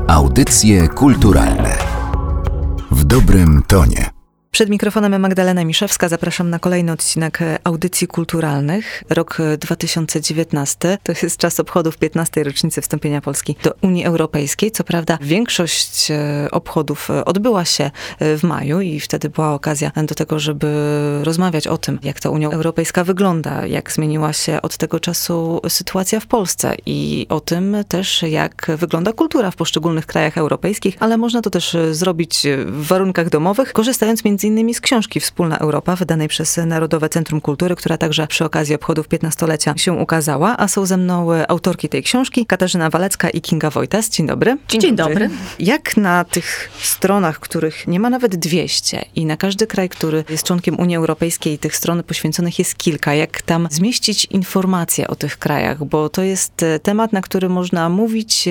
Audycje kulturalne w dobrym tonie. Przed mikrofonem Magdalena Miszewska. Zapraszam na kolejny odcinek Audycji Kulturalnych. Rok 2019 to jest czas obchodów 15. rocznicy wstąpienia Polski do Unii Europejskiej. Co prawda większość obchodów odbyła się w maju i wtedy była okazja do tego, żeby rozmawiać o tym, jak ta Unia Europejska wygląda, jak zmieniła się od tego czasu sytuacja w Polsce i o tym też, jak wygląda kultura w poszczególnych krajach europejskich, ale można to też zrobić w warunkach domowych, korzystając między innymi z książki Wspólna Europa, wydanej przez Narodowe Centrum Kultury, która także przy okazji obchodów 15-lecia się ukazała, a są ze mną autorki tej książki, Katarzyna Walecka i Kinga Wojtas. Dzień dobry. Dzień dobry. Jak na tych stronach, których nie ma nawet 200 i na każdy kraj, który jest członkiem Unii Europejskiej, tych stron poświęconych jest kilka, jak tam zmieścić informacje o tych krajach, bo to jest temat, na który można mówić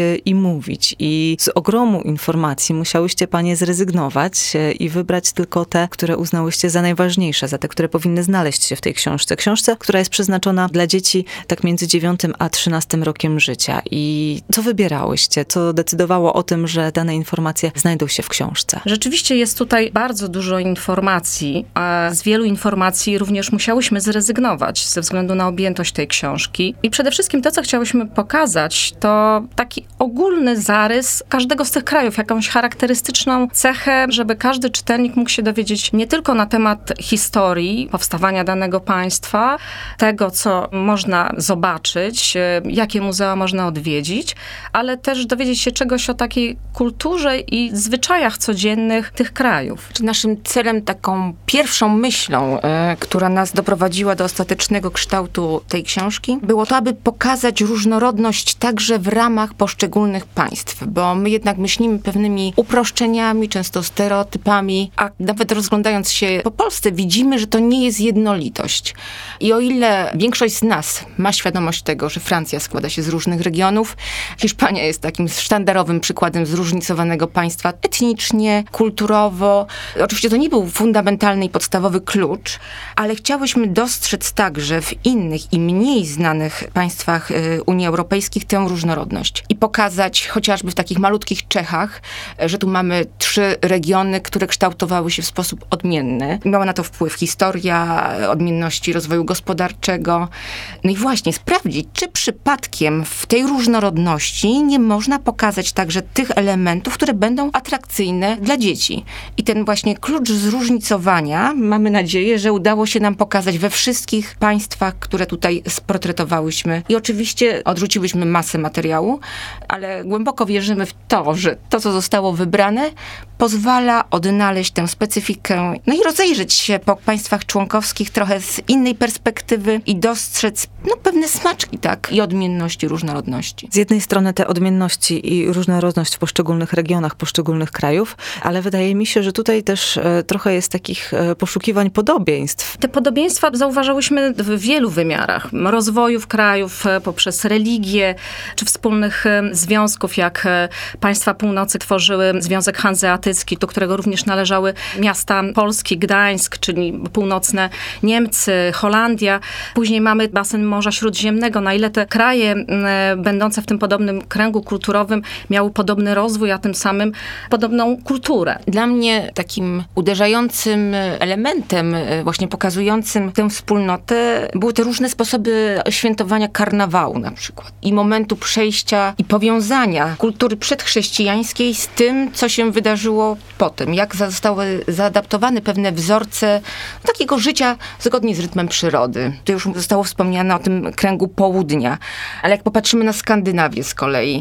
i z ogromu informacji musiałyście panie zrezygnować i wybrać tylko te, które uznałyście za najważniejsze, za te, które powinny znaleźć się w tej książce. Książce, która jest przeznaczona dla dzieci tak między 9 a 13 rokiem życia. I co wybierałyście? Co decydowało o tym, że dane informacje znajdą się w książce? Rzeczywiście jest tutaj bardzo dużo informacji, a z wielu informacji również musiałyśmy zrezygnować ze względu na objętość tej książki. I przede wszystkim to, co chciałyśmy pokazać, to taki ogólny zarys każdego z tych krajów, jakąś charakterystyczną cechę, żeby każdy czytelnik mógł się dowiedzieć nie tylko na temat historii powstawania danego państwa, tego, co można zobaczyć, jakie muzea można odwiedzić, ale też dowiedzieć się czegoś o takiej kulturze i zwyczajach codziennych tych krajów. Naszym celem, taką pierwszą myślą, która nas doprowadziła do ostatecznego kształtu tej książki, było to, aby pokazać różnorodność także w ramach poszczególnych państw, bo my jednak myślimy pewnymi uproszczeniami, często stereotypami, a nawet rozglądając się po Polsce, widzimy, że to nie jest jednolitość. I o ile większość z nas ma świadomość tego, że Francja składa się z różnych regionów, Hiszpania jest takim sztandarowym przykładem zróżnicowanego państwa etnicznie, kulturowo. Oczywiście to nie był fundamentalny i podstawowy klucz, ale chciałyśmy dostrzec także w innych i mniej znanych państwach Unii Europejskiej tę różnorodność. I pokazać chociażby w takich malutkich Czechach, że tu mamy 3 regiony, które kształtowały się w sposób odmienny. Miała na to wpływ historia, odmienności rozwoju gospodarczego. No i właśnie sprawdzić, czy przypadkiem w tej różnorodności nie można pokazać także tych elementów, które będą atrakcyjne dla dzieci. I ten właśnie klucz zróżnicowania, mamy nadzieję, że udało się nam pokazać we wszystkich państwach, które tutaj sportretowałyśmy. I oczywiście odrzuciłyśmy masę materiału, ale głęboko wierzymy w to, że to, co zostało wybrane, pozwala odnaleźć tę specyfikę, no i rozejrzeć się po państwach członkowskich trochę z innej perspektywy i dostrzec pewne smaczki, tak, i odmienności, różnorodności. Z jednej strony te odmienności i różnorodność w poszczególnych regionach, poszczególnych krajów, ale wydaje mi się, że tutaj też trochę jest takich poszukiwań podobieństw. Te podobieństwa zauważyłyśmy w wielu wymiarach. Rozwojów krajów poprzez religię, czy wspólnych związków, jak państwa północy tworzyły Związek Hanzeatycki, do którego również należały miasta Polski, Gdańsk, czyli północne Niemcy, Holandia. Później mamy basen Morza Śródziemnego. Na ile te kraje będące w tym podobnym kręgu kulturowym miały podobny rozwój, a tym samym podobną kulturę. Dla mnie takim uderzającym elementem, właśnie pokazującym tę wspólnotę, były te różne sposoby świętowania karnawału na przykład. I momentu przejścia i powiązania kultury przedchrześcijańskiej z tym, co się wydarzyło potem. Jak zostały zaadaptowane pewne wzorce takiego życia zgodnie z rytmem przyrody. To już zostało wspomniane o tym kręgu południa. Ale jak popatrzymy na Skandynawię z kolei,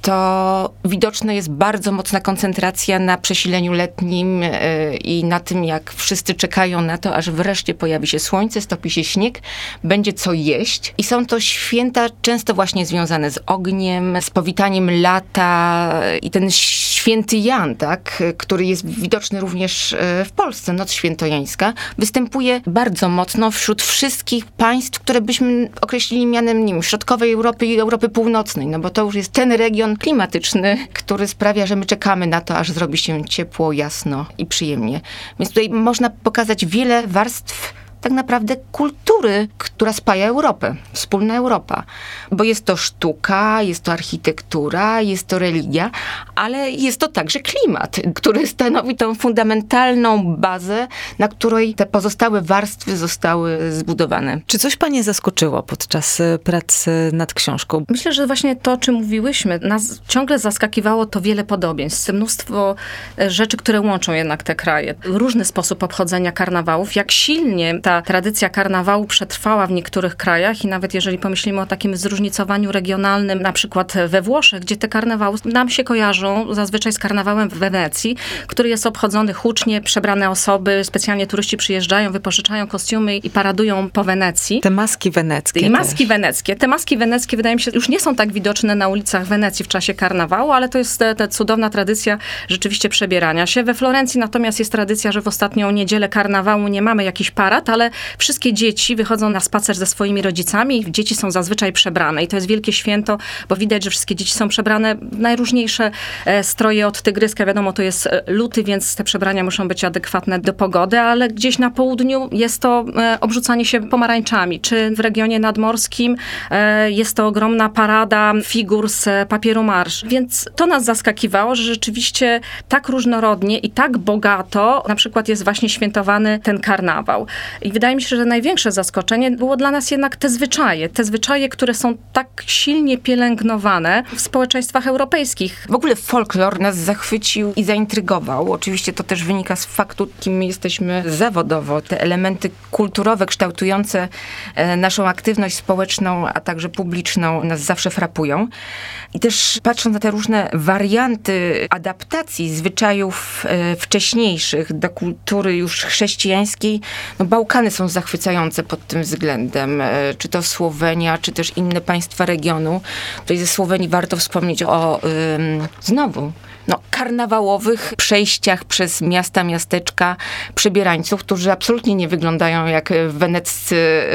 to widoczna jest bardzo mocna koncentracja na przesileniu letnim i na tym, jak wszyscy czekają na to, aż wreszcie pojawi się słońce, stopi się śnieg, będzie co jeść. I są to święta często właśnie związane z ogniem, z powitaniem lata i ten święty Jan, tak, który jest widoczny również w Polsce, Noc Świętojańska, występuje bardzo mocno wśród wszystkich państw, które byśmy określili mianem, nie wiem, środkowej Europy i Europy Północnej, no bo to już jest ten region klimatyczny, który sprawia, że my czekamy na to, aż zrobi się ciepło, jasno i przyjemnie. Więc tutaj można pokazać wiele warstw tak naprawdę kultury, która spaja Europę, wspólna Europa. Bo jest to sztuka, jest to architektura, jest to religia, ale jest to także klimat, który stanowi tą fundamentalną bazę, na której te pozostałe warstwy zostały zbudowane. Czy coś Panie zaskoczyło podczas prac nad książką? Myślę, że właśnie to, o czym mówiłyśmy, nas ciągle zaskakiwało to wiele podobieństw. Mnóstwo rzeczy, które łączą jednak te kraje. Różny sposób obchodzenia karnawałów, jak silnie ta tradycja karnawału przetrwała w niektórych krajach i nawet jeżeli pomyślimy o takim zróżnicowaniu regionalnym, na przykład we Włoszech, gdzie te karnawały nam się kojarzą zazwyczaj z karnawałem w Wenecji, który jest obchodzony hucznie, przebrane osoby, specjalnie turyści przyjeżdżają, wypożyczają kostiumy i paradują po Wenecji. Te maski weneckie. I maski weneckie. Te maski weneckie, wydaje mi się, już nie są tak widoczne na ulicach Wenecji w czasie karnawału, ale to jest ta cudowna tradycja rzeczywiście przebierania się. We Florencji natomiast jest tradycja, że w ostatnią niedzielę karnawału nie mamy jakiś parad, ale wszystkie dzieci wychodzą na spacer ze swoimi rodzicami i dzieci są zazwyczaj przebrane. I to jest wielkie święto, bo widać, że wszystkie dzieci są przebrane w najróżniejsze stroje od tygryska. Wiadomo, to jest luty, więc te przebrania muszą być adekwatne do pogody, ale gdzieś na południu jest to obrzucanie się pomarańczami. Czy w regionie nadmorskim jest to ogromna parada figur z papieru marsz. Więc to nas zaskakiwało, że rzeczywiście tak różnorodnie i tak bogato na przykład jest właśnie świętowany ten karnawał. I wydaje mi się, że największe zaskoczenie było dla nas jednak te zwyczaje, które są tak silnie pielęgnowane w społeczeństwach europejskich. W ogóle folklor nas zachwycił i zaintrygował. Oczywiście to też wynika z faktu, kim my jesteśmy zawodowo. Te elementy kulturowe kształtujące naszą aktywność społeczną, a także publiczną nas zawsze frapują. I też patrząc na te różne warianty adaptacji zwyczajów wcześniejszych do kultury już chrześcijańskiej, no Bałkany są zachwycające pod tym względem. Czy to Słowenia, czy też inne państwa regionu. Tutaj ze Słowenii warto wspomnieć o karnawałowych przejściach przez miasteczka przebierańców, którzy absolutnie nie wyglądają jak weneccy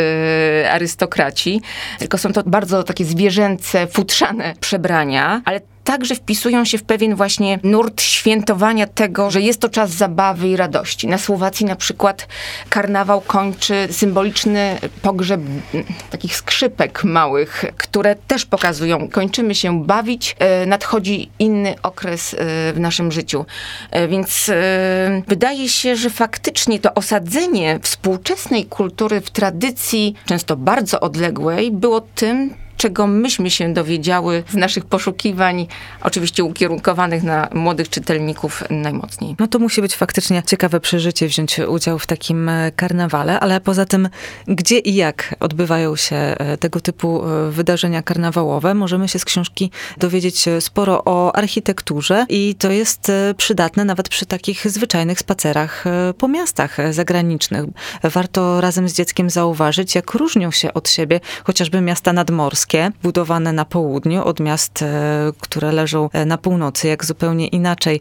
arystokraci, tylko są to bardzo takie zwierzęce, futrzane przebrania, ale także wpisują się w pewien właśnie nurt świętowania tego, że jest to czas zabawy i radości. Na Słowacji na przykład karnawał kończy symboliczny pogrzeb takich skrzypek małych, które też pokazują, kończymy się bawić, nadchodzi inny okres w naszym życiu. Więc wydaje się, że faktycznie to osadzenie współczesnej kultury w tradycji, często bardzo odległej, było tym, czego myśmy się dowiedziały z naszych poszukiwań, oczywiście ukierunkowanych na młodych czytelników najmocniej. No to musi być faktycznie ciekawe przeżycie wziąć udział w takim karnawale, ale poza tym, gdzie i jak odbywają się tego typu wydarzenia karnawałowe, możemy się z książki dowiedzieć sporo o architekturze i to jest przydatne nawet przy takich zwyczajnych spacerach po miastach zagranicznych. Warto razem z dzieckiem zauważyć, jak różnią się od siebie chociażby miasta nadmorskie, budowane na południu od miast, które leżą na północy, jak zupełnie inaczej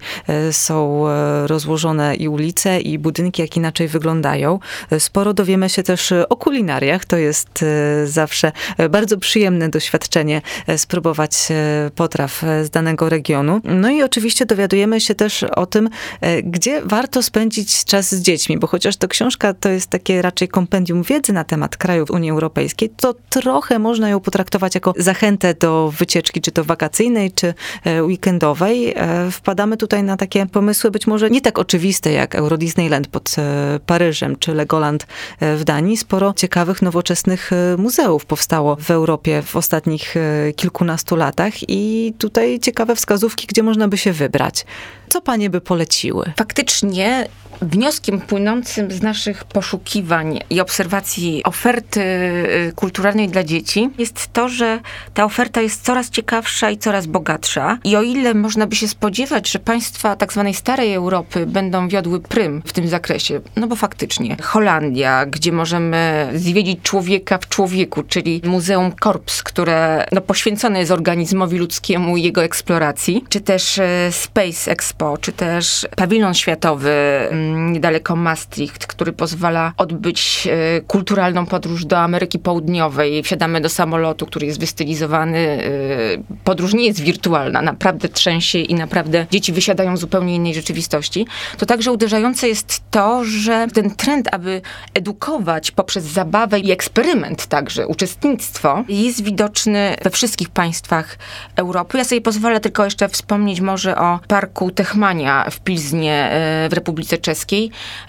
są rozłożone i ulice, i budynki, jak inaczej wyglądają. Sporo dowiemy się też o kulinariach. To jest zawsze bardzo przyjemne doświadczenie spróbować potraw z danego regionu. No i oczywiście dowiadujemy się też o tym, gdzie warto spędzić czas z dziećmi, bo chociaż to książka to jest takie raczej kompendium wiedzy na temat krajów Unii Europejskiej, to trochę można ją potraktować jako zachętę do wycieczki, czy to wakacyjnej, czy weekendowej. Wpadamy tutaj na takie pomysły być może nie tak oczywiste jak Euro Disneyland pod Paryżem, czy Legoland w Danii. Sporo ciekawych, nowoczesnych muzeów powstało w Europie w ostatnich kilkunastu latach i tutaj ciekawe wskazówki, gdzie można by się wybrać. Co panie by poleciły? Faktycznie wnioskiem płynącym z naszych poszukiwań i obserwacji oferty kulturalnej dla dzieci jest to, że ta oferta jest coraz ciekawsza i coraz bogatsza. I o ile można by się spodziewać, że państwa tak zwanej starej Europy będą wiodły prym w tym zakresie, no bo faktycznie Holandia, gdzie możemy zwiedzić człowieka w człowieku, czyli Muzeum Korps, które poświęcone jest organizmowi ludzkiemu i jego eksploracji, czy też Space Expo Expo, czy też pawilon światowy niedaleko Maastricht, który pozwala odbyć kulturalną podróż do Ameryki Południowej. Wsiadamy do samolotu, który jest wystylizowany. Podróż nie jest wirtualna, naprawdę trzęsie i naprawdę dzieci wysiadają w zupełnie innej rzeczywistości. To także uderzające jest to, że ten trend, aby edukować poprzez zabawę i eksperyment także, uczestnictwo, jest widoczny we wszystkich państwach Europy. Ja sobie pozwolę tylko jeszcze wspomnieć może o parku Techmania w Pilznie w Republice Czeskiej,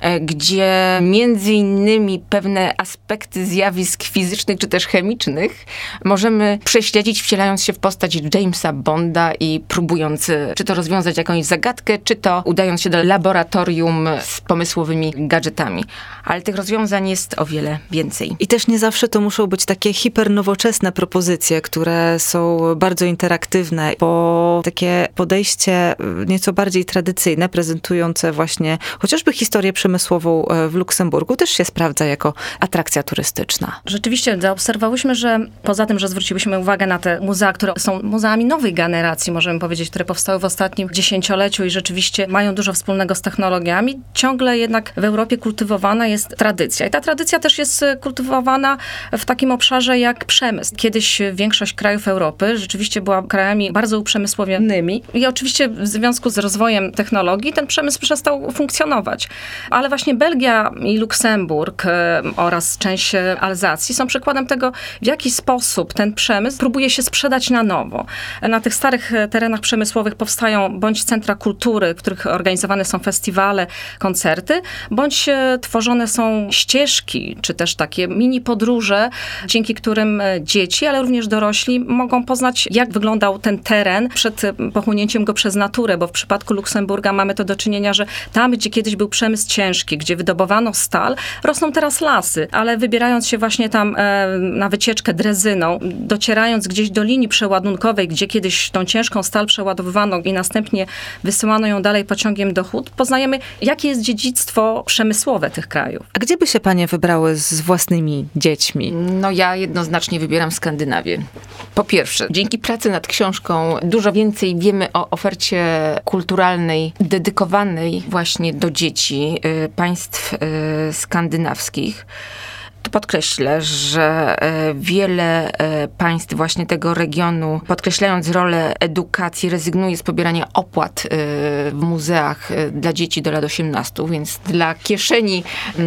gdzie między innymi pewne aspekty zjawisk fizycznych czy też chemicznych możemy prześledzić, wcielając się w postać Jamesa Bonda i próbując czy to rozwiązać jakąś zagadkę, czy to udając się do laboratorium z pomysłowymi gadżetami. Ale tych rozwiązań jest o wiele więcej. I też nie zawsze to muszą być takie hipernowoczesne propozycje, które są bardzo interaktywne, bo takie podejście nieco bardziej tradycyjne, prezentujące właśnie chociażby historię przemysłową w Luksemburgu, też się sprawdza jako atrakcja turystyczna. Rzeczywiście zaobserwowałyśmy, że poza tym, że zwróciłyśmy uwagę na te muzea, które są muzeami nowej generacji, możemy powiedzieć, które powstały w ostatnim dziesięcioleciu i rzeczywiście mają dużo wspólnego z technologiami, ciągle jednak w Europie kultywowana jest tradycja. I ta tradycja też jest kultywowana w takim obszarze jak przemysł. Kiedyś większość krajów Europy rzeczywiście była krajami bardzo uprzemysłowionymi i oczywiście w związku z rozwojem technologii ten przemysł przestał funkcjonować. Ale właśnie Belgia i Luksemburg oraz część Alzacji są przykładem tego, w jaki sposób ten przemysł próbuje się sprzedać na nowo. Na tych starych terenach przemysłowych powstają bądź centra kultury, w których organizowane są festiwale, koncerty, bądź tworzone są ścieżki, czy też takie mini podróże, dzięki którym dzieci, ale również dorośli mogą poznać, jak wyglądał ten teren przed pochłonięciem go przez naturę, bo w przypadku Luksemburga mamy to do czynienia, że tam, gdzie kiedyś był przemysł ciężki, gdzie wydobywano stal, rosną teraz lasy, ale wybierając się właśnie tam na wycieczkę drezyną, docierając gdzieś do linii przeładunkowej, gdzie kiedyś tą ciężką stal przeładowywano i następnie wysyłano ją dalej pociągiem do hut, poznajemy, jakie jest dziedzictwo przemysłowe tych krajów. A gdzie by się panie wybrały z własnymi dziećmi? No ja jednoznacznie wybieram Skandynawię. Po pierwsze, dzięki pracy nad książką dużo więcej wiemy o ofercie kulturalnej dedykowanej właśnie do dzieci państw skandynawskich. Tu podkreślę, że wiele państw właśnie tego regionu, podkreślając rolę edukacji, rezygnuje z pobierania opłat w muzeach dla dzieci do lat 18, więc dla kieszeni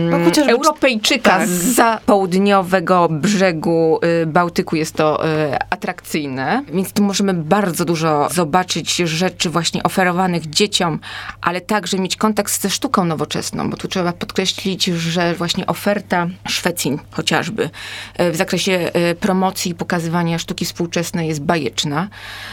Europejczyka zza południowego brzegu Bałtyku jest to atrakcyjne. Więc tu możemy bardzo dużo zobaczyć rzeczy właśnie oferowanych dzieciom, ale także mieć kontakt ze sztuką nowoczesną, bo tu trzeba podkreślić, że właśnie oferta Szwecji chociażby w zakresie promocji i pokazywania sztuki współczesnej jest bajeczna.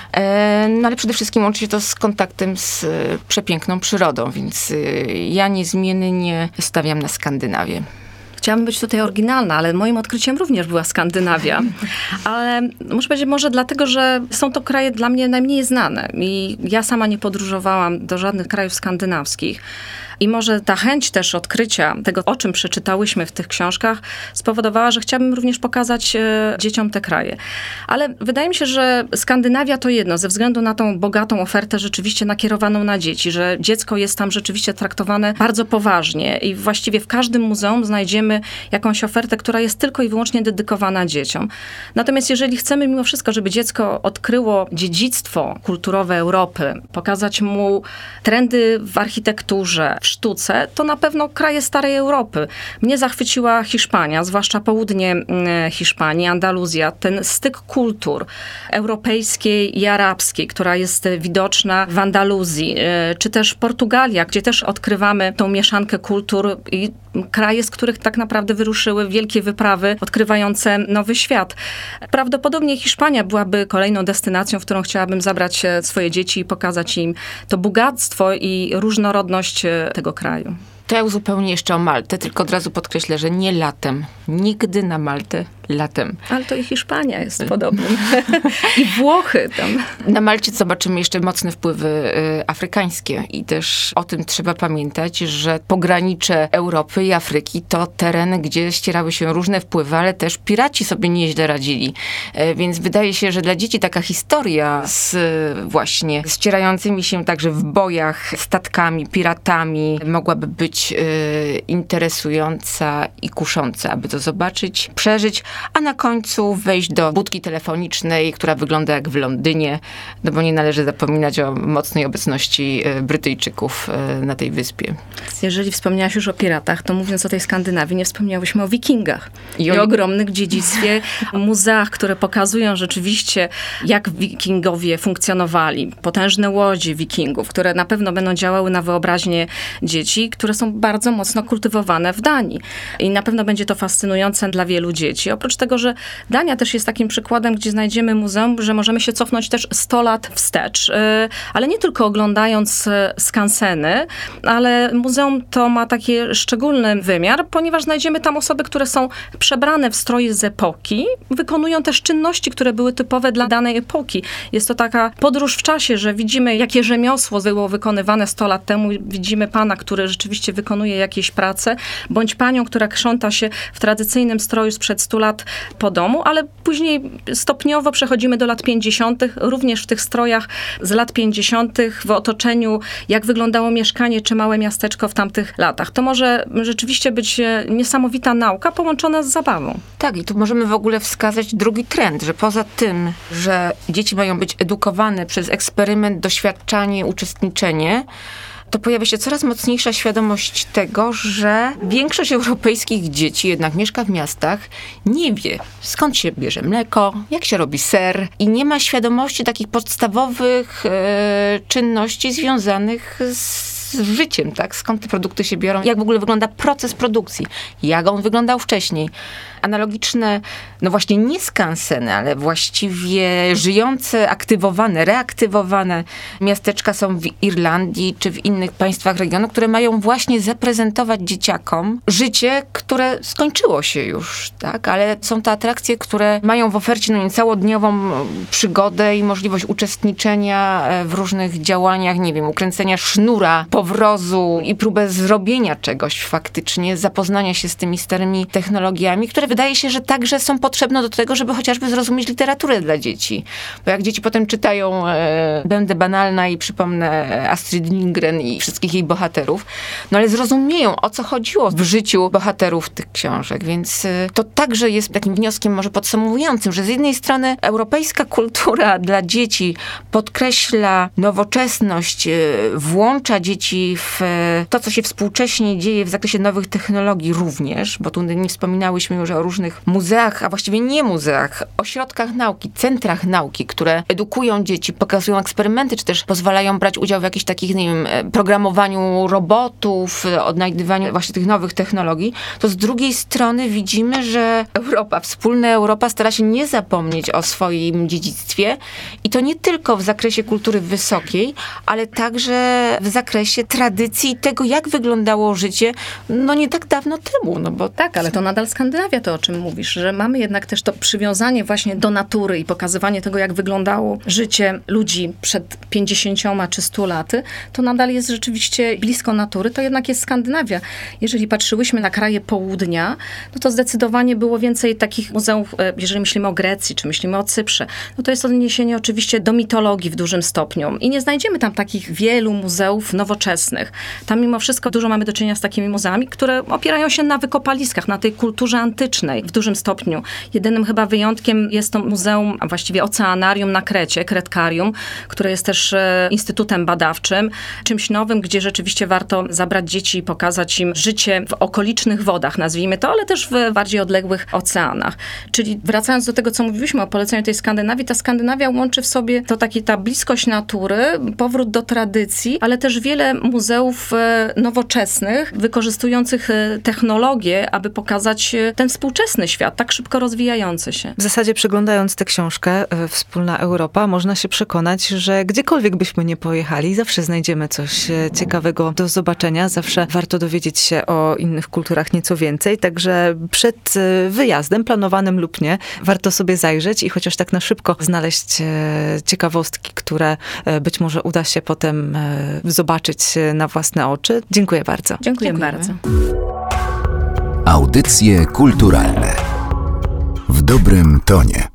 No ale przede wszystkim łączy się to z kontaktem z przepiękną przyrodą, więc ja niezmiennie stawiam na Skandynawię. Chciałabym być tutaj oryginalna, ale moim odkryciem również była Skandynawia. Ale muszę powiedzieć, może dlatego, że są to kraje dla mnie najmniej znane. I ja sama nie podróżowałam do żadnych krajów skandynawskich. I może ta chęć też odkrycia tego, o czym przeczytałyśmy w tych książkach, spowodowała, że chciałabym również pokazać dzieciom te kraje. Ale wydaje mi się, że Skandynawia to jedno, ze względu na tą bogatą ofertę rzeczywiście nakierowaną na dzieci, że dziecko jest tam rzeczywiście traktowane bardzo poważnie i właściwie w każdym muzeum znajdziemy jakąś ofertę, która jest tylko i wyłącznie dedykowana dzieciom. Natomiast jeżeli chcemy mimo wszystko, żeby dziecko odkryło dziedzictwo kulturowe Europy, pokazać mu trendy w architekturze, w sztuce, to na pewno kraje starej Europy. Mnie zachwyciła Hiszpania, zwłaszcza południe Hiszpanii, Andaluzja, ten styk kultur europejskiej i arabskiej, która jest widoczna w Andaluzji, czy też Portugalia, gdzie też odkrywamy tą mieszankę kultur i kraje, z których tak naprawdę wyruszyły wielkie wyprawy odkrywające nowy świat. Prawdopodobnie Hiszpania byłaby kolejną destynacją, w którą chciałabym zabrać swoje dzieci i pokazać im to bogactwo i różnorodność tego kraju. To ja uzupełnię jeszcze o Maltę, tylko od razu podkreślę, że nie latem. Nigdy na Maltę latem. Ale to i Hiszpania jest podobnym. I Włochy tam. Na Malcie zobaczymy jeszcze mocne wpływy afrykańskie i też o tym trzeba pamiętać, że pogranicze Europy i Afryki to tereny, gdzie ścierały się różne wpływy, ale też piraci sobie nieźle radzili. Więc wydaje się, że dla dzieci taka historia z właśnie ścierającymi się także w bojach statkami, piratami mogłaby być interesująca i kusząca, aby to zobaczyć, przeżyć, a na końcu wejść do budki telefonicznej, która wygląda jak w Londynie, no bo nie należy zapominać o mocnej obecności Brytyjczyków na tej wyspie. Jeżeli wspomniałaś już o piratach, to mówiąc o tej Skandynawii, nie wspomniałyśmy o wikingach i o ogromnych dziedzictwie, muzeach, które pokazują rzeczywiście, jak wikingowie funkcjonowali. Potężne łodzie wikingów, które na pewno będą działały na wyobraźnię dzieci, które są bardzo mocno kultywowane w Danii. I na pewno będzie to fascynujące dla wielu dzieci. Oprócz tego, że Dania też jest takim przykładem, gdzie znajdziemy muzeum, że możemy się cofnąć też 100 lat wstecz. Ale nie tylko oglądając skanseny, ale muzeum to ma taki szczególny wymiar, ponieważ znajdziemy tam osoby, które są przebrane w stroje z epoki, wykonują też czynności, które były typowe dla danej epoki. Jest to taka podróż w czasie, że widzimy, jakie rzemiosło było wykonywane 100 lat temu. Widzimy pana, który rzeczywiście wykonuje jakieś prace, bądź panią, która krząta się w tradycyjnym stroju sprzed 100 lat po domu, ale później stopniowo przechodzimy do lat 50., również w tych strojach z lat 50., w otoczeniu, jak wyglądało mieszkanie czy małe miasteczko w tamtych latach. To może rzeczywiście być niesamowita nauka połączona z zabawą. Tak, i tu możemy w ogóle wskazać drugi trend, że poza tym, że dzieci mają być edukowane przez eksperyment, doświadczanie, uczestniczenie, to pojawia się coraz mocniejsza świadomość tego, że większość europejskich dzieci jednak mieszka w miastach, nie wie, skąd się bierze mleko, jak się robi ser i nie ma świadomości takich podstawowych czynności związanych z życiem, tak? Skąd te produkty się biorą, jak w ogóle wygląda proces produkcji, jak on wyglądał wcześniej. Analogiczne, no właśnie nie skanseny, ale właściwie żyjące, aktywowane, reaktywowane miasteczka są w Irlandii czy w innych państwach regionu, które mają właśnie zaprezentować dzieciakom życie, które skończyło się już, tak? Ale są to atrakcje, które mają w ofercie całodniową przygodę i możliwość uczestniczenia w różnych działaniach, nie wiem, ukręcenia sznura, powrozu i próbę zrobienia czegoś faktycznie, zapoznania się z tymi starymi technologiami, które wydaje się, że także są potrzebne do tego, żeby chociażby zrozumieć literaturę dla dzieci. Bo jak dzieci potem czytają, będę banalna i przypomnę Astrid Lindgren i wszystkich jej bohaterów, no ale zrozumieją, o co chodziło w życiu bohaterów tych książek. Więc to także jest takim wnioskiem może podsumowującym, że z jednej strony europejska kultura dla dzieci podkreśla nowoczesność, włącza dzieci w to, co się współcześnie dzieje w zakresie nowych technologii również, bo tu nie wspominałyśmy już o różnych muzeach, a właściwie nie muzeach, ośrodkach nauki, centrach nauki, które edukują dzieci, pokazują eksperymenty, czy też pozwalają brać udział w jakichś takich, nie wiem, programowaniu robotów, odnajdywaniu właśnie tych nowych technologii, to z drugiej strony widzimy, że Europa, wspólna Europa stara się nie zapomnieć o swoim dziedzictwie i to nie tylko w zakresie kultury wysokiej, ale także w zakresie tradycji i tego, jak wyglądało życie, no nie tak dawno temu, no bo... Tak, ale to nadal Skandynawia, to o czym mówisz, że mamy jednak też to przywiązanie właśnie do natury i pokazywanie tego, jak wyglądało życie ludzi przed 50 czy 100 laty, to nadal jest rzeczywiście blisko natury, to jednak jest Skandynawia. Jeżeli patrzyłyśmy na kraje południa, no to zdecydowanie było więcej takich muzeów, jeżeli myślimy o Grecji, czy myślimy o Cyprze, no to jest odniesienie oczywiście do mitologii w dużym stopniu i nie znajdziemy tam takich wielu muzeów nowoczesnych. Tam mimo wszystko dużo mamy do czynienia z takimi muzeami, które opierają się na wykopaliskach, na tej kulturze antycznej w dużym stopniu. Jedynym chyba wyjątkiem jest to muzeum, a właściwie oceanarium na Krecie, Kretkarium, które jest też instytutem badawczym, czymś nowym, gdzie rzeczywiście warto zabrać dzieci i pokazać im życie w okolicznych wodach, nazwijmy to, ale też w bardziej odległych oceanach. Czyli wracając do tego, co mówiliśmy o poleceniu tej Skandynawii, ta Skandynawia łączy w sobie to ta bliskość natury, powrót do tradycji, ale też wiele wiele muzeów nowoczesnych, wykorzystujących technologię, aby pokazać ten współczesny świat, tak szybko rozwijający się. W zasadzie przyglądając tę książkę Wspólna Europa, można się przekonać, że gdziekolwiek byśmy nie pojechali, zawsze znajdziemy coś ciekawego do zobaczenia, zawsze warto dowiedzieć się o innych kulturach nieco więcej, także przed wyjazdem, planowanym lub nie, warto sobie zajrzeć i chociaż tak na szybko znaleźć ciekawostki, które być może uda się potem zobaczyć na własne oczy. Dziękuję bardzo. Dziękuję bardzo. Audycje kulturalne w dobrym tonie.